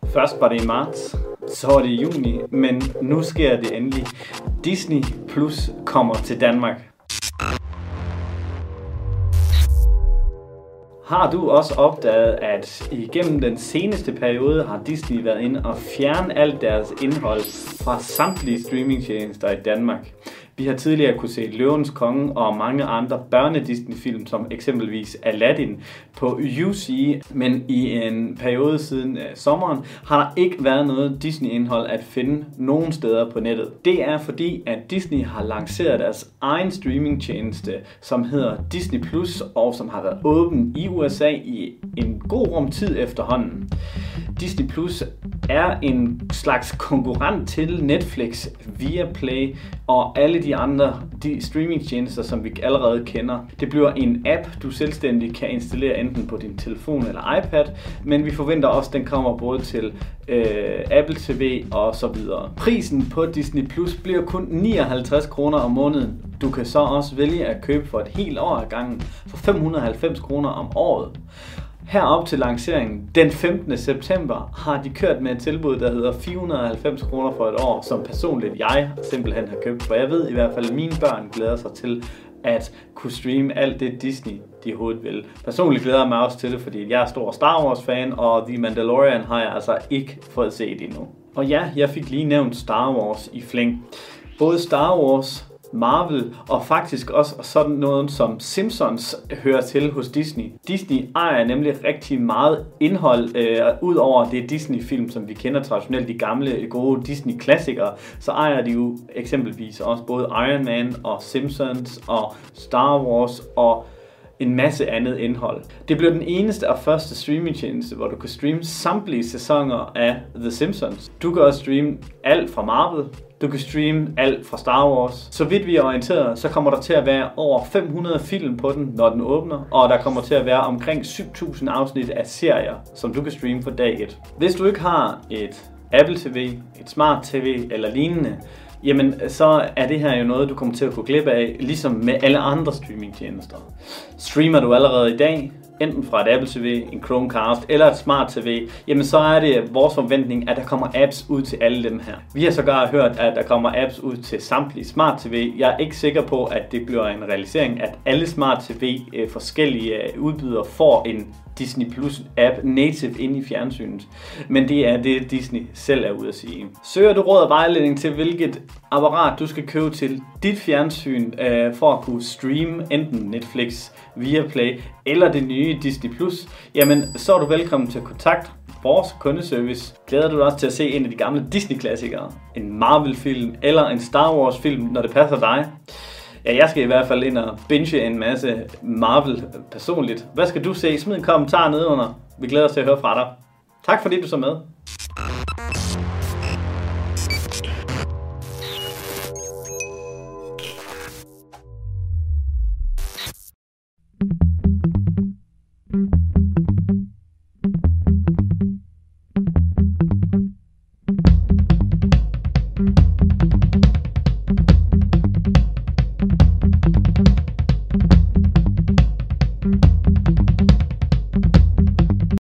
Først var det i marts, så var det i juni, men nu sker det endelig. Disney Plus kommer til Danmark. Har du også opdaget, at igennem den seneste periode har Disney været inde og fjerne alt deres indhold fra samtlige streamingtjenester i Danmark? Vi har tidligere kunne se Løvens Konge og mange andre børne-Disney-film, som eksempelvis Aladdin på UC, men i en periode siden sommeren har der ikke været noget Disney-indhold at finde nogen steder på nettet. Det er fordi, at Disney har lanceret deres egen streamingtjeneste, som hedder Disney Plus, og som har været åben i USA i en god rum tid efterhånden. Disney Plus er en slags konkurrent til Netflix, Viaplay og alle de andre streamingtjenester, som vi allerede kender. Det bliver en app, du selvstændigt kan installere enten på din telefon eller iPad, men vi forventer også, at den kommer både til Apple TV og så videre. Prisen på Disney Plus bliver kun 59 kroner om måneden. Du kan så også vælge at købe for et helt år ad gangen for 590 kroner om året. Herop til lanceringen den 15. september har de kørt med et tilbud, der hedder 490 kroner for et år, som personligt jeg simpelthen har købt. For jeg ved i hvert fald, at mine børn glæder sig til at kunne streame alt det Disney, de overhovedet vil. Personligt glæder jeg mig også til det, fordi jeg er stor Star Wars fan, og The Mandalorian har jeg altså ikke fået set endnu. Og ja, jeg fik lige nævnt Star Wars i flæng. Både Star Wars, Marvel og faktisk også sådan noget som Simpsons hører til hos Disney. Disney ejer nemlig rigtig meget indhold ud over det Disney-film, som vi kender traditionelt, de gamle gode Disney-klassikere. Så ejer de jo eksempelvis også både Iron Man og Simpsons og Star Wars og en masse andet indhold. Det bliver den eneste og første streamingtjeneste, hvor du kan streame samtlige sæsoner af The Simpsons. Du kan også streame alt fra Marvel. Du kan streame alt fra Star Wars. Så vidt vi er orienteret, så kommer der til at være over 500 film på den, når den åbner. Og der kommer til at være omkring 7.000 afsnit af serier, som du kan streame for dag 1. Hvis du ikke har et Apple TV, et Smart TV eller lignende, jamen så er det her jo noget, du kommer til at gå glip af, ligesom med alle andre streamingtjenester. Streamer du allerede i dag, enten fra et Apple TV, en Chromecast eller et Smart TV, jamen så er det vores forventning, at der kommer apps ud til alle dem her. Vi har sågar hørt, at der kommer apps ud til samtlige Smart TV. Jeg er ikke sikker på, at det bliver en realisering, at alle Smart TV forskellige udbydere får en Disney Plus app native ind i fjernsynet. Men det er det, Disney selv er ude at sige. Søger du råd og vejledning til, hvilket apparat du skal købe til dit fjernsyn for at kunne streame enten Netflix, Viaplay eller det nye Disney Plus, jamen så er du velkommen til at kontakte vores kundeservice. Glæder du dig også til at se en af de gamle Disney-klassikere, en Marvel-film eller en Star Wars-film, når det passer dig? Ja, jeg skal i hvert fald ind og binge en masse Marvel personligt. Hvad skal du se? Smid en kommentar nedenunder. Vi glæder os til at høre fra dig. Tak fordi du så med.